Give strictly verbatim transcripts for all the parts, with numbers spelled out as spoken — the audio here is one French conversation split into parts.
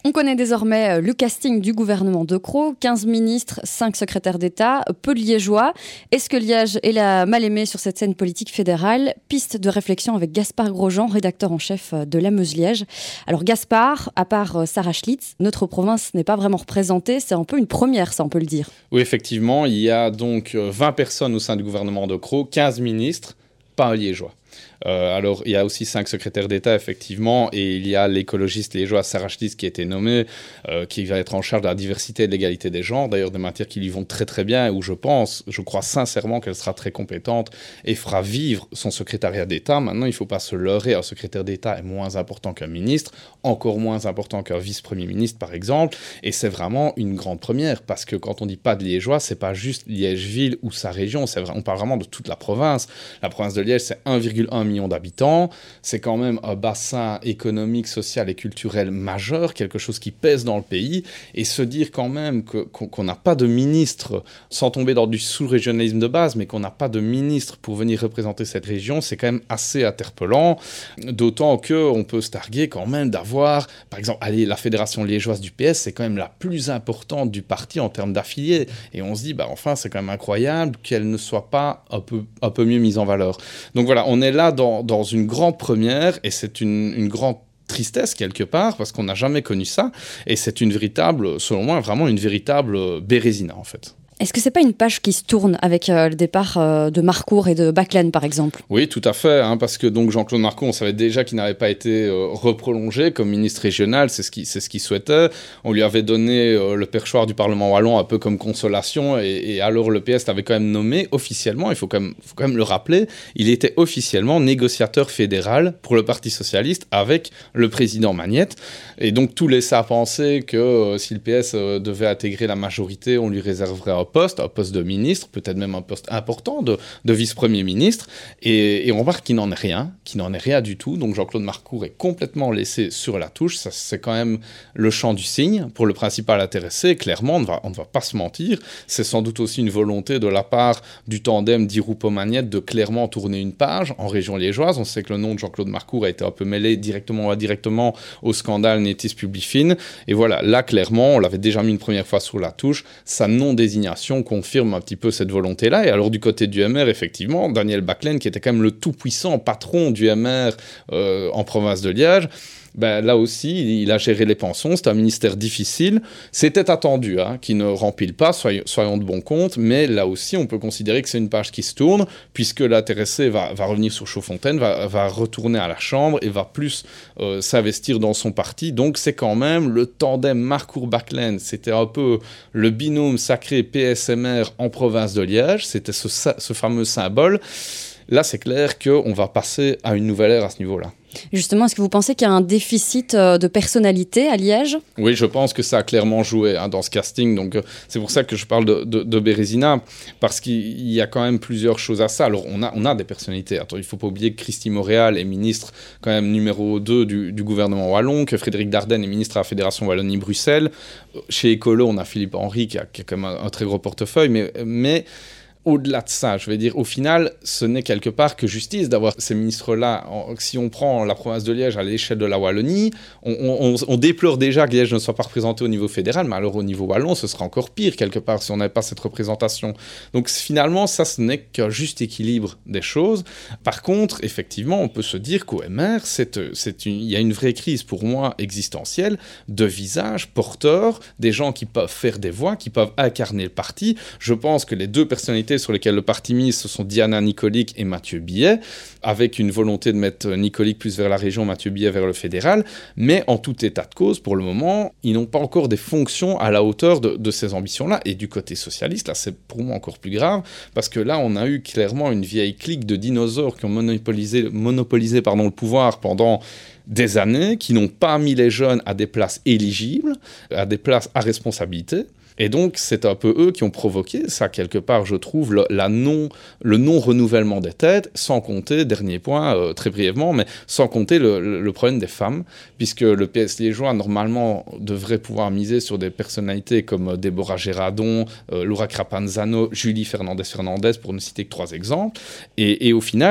On connaît désormais le casting du gouvernement De Croo, quinze ministres, cinq secrétaires d'État, peu de Liégeois. Est-ce que Liège est la mal-aimée sur cette scène politique fédérale ? Piste de réflexion avec Gaspard Grosjean, rédacteur en chef de La Meuse-Liège. Alors Gaspard, à part Sarah Schlitz, notre province n'est pas vraiment représentée. C'est un peu une première, ça on peut le dire. Oui, effectivement, il y a donc vingt personnes au sein du gouvernement De Croo, quinze ministres, pas un Liégeois. Euh, alors, il y a aussi cinq secrétaires d'État, effectivement, et il y a l'écologiste liégeois Sarah Schlitz qui a été nommée, euh, qui va être en charge de la diversité et de l'égalité des genres, d'ailleurs des matières qui lui vont très très bien, et où je pense, je crois sincèrement qu'elle sera très compétente et fera vivre son secrétariat d'État. Maintenant, il ne faut pas se leurrer, un secrétaire d'État est moins important qu'un ministre, encore moins important qu'un vice-premier ministre, par exemple, et c'est vraiment une grande première, parce que quand on dit pas de liégeois, c'est pas juste Liège-Ville ou sa région, c'est vrai, on parle vraiment de toute la province. La province de Liège, c'est un virgule un million d'habitants, c'est quand même un bassin économique, social et culturel majeur, quelque chose qui pèse dans le pays, et se dire quand même que, qu'on n'a pas de ministre, sans tomber dans du sous-régionalisme de base, mais qu'on n'a pas de ministre pour venir représenter cette région, c'est quand même assez interpellant, d'autant qu'on peut se targuer quand même d'avoir, par exemple, allez, la fédération liégeoise du P S, c'est quand même la plus importante du parti en termes d'affiliés, et on se dit, bah enfin, c'est quand même incroyable qu'elle ne soit pas un peu, un peu mieux mise en valeur. Donc voilà, on est là dans, dans une grande première, et c'est une, une grande tristesse quelque part, parce qu'on n'a jamais connu ça, et c'est une véritable, selon moi, vraiment une véritable bérésina en fait. Est-ce que c'est pas une page qui se tourne avec euh, le départ euh, de Marcourt et de Baclen, par exemple ? Oui, tout à fait, hein, parce que donc Jean-Claude Marcourt, on savait déjà qu'il n'avait pas été euh, reprolongé comme ministre régional, c'est ce qu'il, c'est ce qu'il souhaitait. On lui avait donné euh, le perchoir du Parlement wallon un peu comme consolation, et, et alors le P S l'avait quand même nommé officiellement, il faut quand même, faut quand même le rappeler, il était officiellement négociateur fédéral pour le Parti socialiste avec le président Magnette, et donc tout laissait à penser que euh, si le P S euh, devait intégrer la majorité, on lui réserverait un poste, un poste de ministre, peut-être même un poste important de, de vice-premier ministre, et, et on remarque qu'il n'en est rien, qu'il n'en est rien du tout, donc Jean-Claude Marcourt est complètement laissé sur la touche, ça c'est quand même le chant du cygne pour le principal intéressé, clairement, on ne va, on ne va pas se mentir, c'est sans doute aussi une volonté de la part du tandem d'Iroux-Magnette de clairement tourner une page en région liégeoise, on sait que le nom de Jean-Claude Marcourt a été un peu mêlé directement ou indirectement au scandale Netis Publifin, et voilà, là clairement, on l'avait déjà mis une première fois sur la touche, sa non-désignation confirme un petit peu cette volonté-là. Et alors du côté du M R, effectivement, Daniel Baclen, qui était quand même le tout-puissant patron du M R euh, en province de Liège, ben, là aussi, il a géré les pensions, c'est un ministère difficile. C'était attendu, hein, qu'il ne rempile pas, soyons, soyons de bon compte, mais là aussi, on peut considérer que c'est une page qui se tourne, puisque l'intéressé va, va revenir sur Chaudfontaine, va, va retourner à la Chambre et va plus euh, s'investir dans son parti. Donc c'est quand même le tandem Marcourt-Baclen, c'était un peu le binôme sacré P S M R en province de Liège, c'était ce, ce fameux symbole. Là, c'est clair qu'on va passer à une nouvelle ère à ce niveau-là. Justement, est-ce que vous pensez qu'il y a un déficit de personnalité à Liège ? Oui, je pense que ça a clairement joué hein, dans ce casting. Donc, euh, c'est pour ça que je parle de, de, de Bérésina, parce qu'il y a quand même plusieurs choses à ça. Alors, on a, on a des personnalités. Attends, il ne faut pas oublier que Christy Montréal est ministre quand même numéro deux du, du gouvernement wallon, que Frédéric Dardenne est ministre à la Fédération Wallonie-Bruxelles. Chez Écolo, on a Philippe Henry qui a, qui a quand même un, un très gros portefeuille, mais... mais au-delà de ça, je vais dire, au final, ce n'est quelque part que justice d'avoir ces ministres-là. Si on prend la province de Liège à l'échelle de la Wallonie, on, on, on déplore déjà que Liège ne soit pas représenté au niveau fédéral, mais alors au niveau wallon, ce serait encore pire quelque part si on n'avait pas cette représentation. Donc finalement, ça, ce n'est qu'un juste équilibre des choses. Par contre, effectivement, on peut se dire qu'au M R, c'est, c'est une, il y a une vraie crise pour moi existentielle de visages porteurs, des gens qui peuvent faire des voix, qui peuvent incarner le parti. Je pense que les deux personnalités sur lesquels le parti mise, ce sont Diana Nicolic et Mathieu Billet, avec une volonté de mettre Nicolic plus vers la région, Mathieu Billet vers le fédéral, mais en tout état de cause, pour le moment, ils n'ont pas encore des fonctions à la hauteur de, de ces ambitions-là, et du côté socialiste, là, c'est pour moi encore plus grave, parce que là, on a eu clairement une vieille clique de dinosaures qui ont monopolisé, monopolisé pardon, le pouvoir pendant des années, qui n'ont pas mis les jeunes à des places éligibles, à des places à responsabilité. Et donc, c'est un peu eux qui ont provoqué ça, quelque part, je trouve, le, la non, le non-renouvellement des têtes, sans compter, dernier point, euh, très brièvement, mais sans compter le, le, le problème des femmes, puisque le P S liégeois, normalement, devrait pouvoir miser sur des personnalités comme Déborah Gérardon, euh, Laura Crapanzano, Julie Fernandez-Fernandez, pour ne citer que trois exemples. Et, et au final...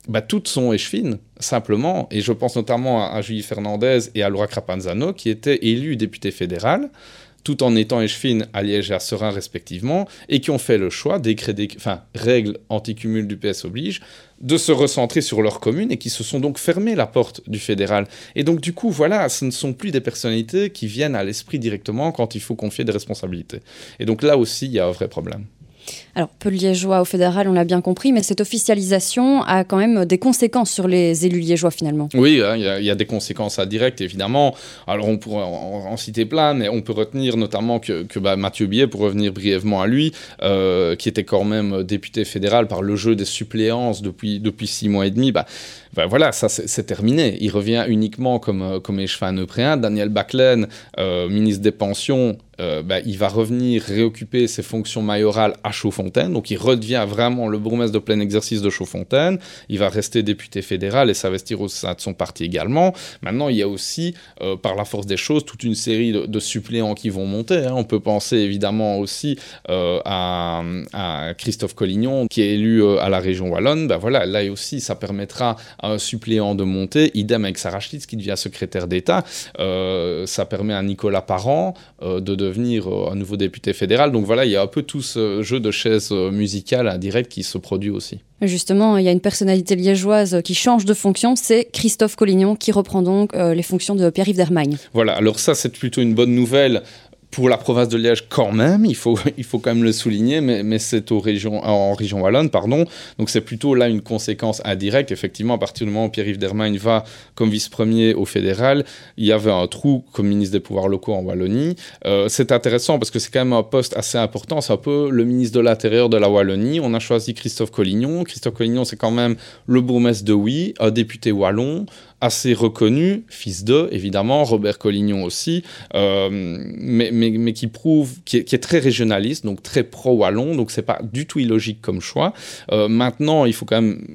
bah, toutes sont échevines, simplement. Et je pense notamment à, à Julie Fernandez et à Laura Crapanzano, qui étaient élus députés fédérales, tout en étant échevines à Liège et à Seraing respectivement, et qui ont fait le choix, décret, déc... enfin, règle anti-cumul du P S oblige, de se recentrer sur leur commune et qui se sont donc fermés la porte du fédéral. Et donc du coup, voilà, ce ne sont plus des personnalités qui viennent à l'esprit directement quand il faut confier des responsabilités. Et donc là aussi, il y a un vrai problème. Alors, peu liégeois au fédéral, on l'a bien compris, mais cette officialisation a quand même des conséquences sur les élus liégeois, finalement. Oui, il hein, y, y a des conséquences indirectes, évidemment. Alors, on pourrait en, en citer plein, mais on peut retenir notamment que, que bah, Mathieu Biet, pour revenir brièvement à lui, euh, qui était quand même député fédéral par le jeu des suppléances depuis, depuis six mois et demi, bah, bah, voilà, ça c'est, c'est terminé. Il revient uniquement comme, comme échevin neupréen. Daniel Baclen, euh, ministre des Pensions, Euh, bah, il va revenir réoccuper ses fonctions mayorales à Chaudfontaine, donc il redevient vraiment le bourgmestre de plein exercice de Chaudfontaine, il va rester député fédéral et s'investir au sein de son parti également. Maintenant, il y a aussi, euh, par la force des choses, toute une série de, de suppléants qui vont monter, hein. On peut penser évidemment aussi euh, à, à Christophe Collignon, qui est élu euh, à la région wallonne. Ben voilà, là aussi, ça permettra à un suppléant de monter, idem avec Sarah Schlitz, qui devient secrétaire d'État. Euh, ça permet à Nicolas Parent euh, de devenir un nouveau député fédéral. Donc voilà, il y a un peu tout ce jeu de chaises musicales indirectes qui se produit aussi. Justement, il y a une personnalité liégeoise qui change de fonction, c'est Christophe Collignon qui reprend donc euh, les fonctions de Pierre-Yves Dermagne. Voilà, alors ça c'est plutôt une bonne nouvelle pour la province de Liège quand même, il faut, il faut quand même le souligner, mais, mais c'est aux régions, en région wallonne, pardon. Donc c'est plutôt là une conséquence indirecte. Effectivement, à partir du moment où Pierre-Yves Dermagne va comme vice-premier au fédéral, il y avait un trou comme ministre des pouvoirs locaux en Wallonie. Euh, c'est intéressant parce que c'est quand même un poste assez important. C'est un peu le ministre de l'Intérieur de la Wallonie. On a choisi Christophe Collignon. Christophe Collignon, c'est quand même le bourgmestre de Huy, un député wallon, assez reconnu, fils de, évidemment, Robert Collignon aussi, euh, mais, mais, mais qui prouve, qui est, qui est très régionaliste, donc très pro-wallon, donc c'est pas du tout illogique comme choix. Euh, maintenant, il faut quand même,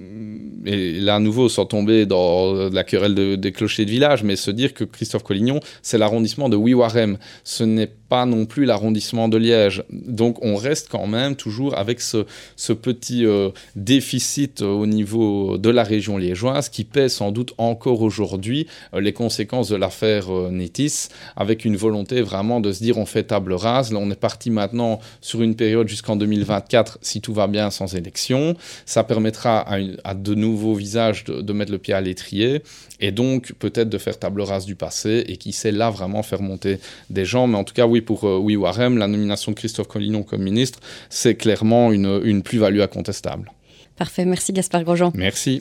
et là à nouveau, sans tomber dans la querelle de, des clochers de village, mais se dire que Christophe Collignon, c'est l'arrondissement de Huy-Warem, ce n'est pas non plus l'arrondissement de Liège. Donc on reste quand même toujours avec ce, ce petit euh, déficit au niveau de la région liégeoise qui pèse sans doute encore aujourd'hui euh, les conséquences de l'affaire euh, Netis, avec une volonté vraiment de se dire on fait table rase. Là on est parti maintenant sur une période jusqu'en deux mille vingt-quatre, si tout va bien, sans élection. Ça permettra à, une, à de nouveaux visages de, de mettre le pied à l'étrier et donc peut-être de faire table rase du passé et qui sait là vraiment faire monter des gens. Mais en tout cas, oui, pour euh, Huy-Warem, la nomination de Christophe Collignon comme ministre, c'est clairement une, une plus-value incontestable. Parfait, merci Gaspard Grosjean. Merci.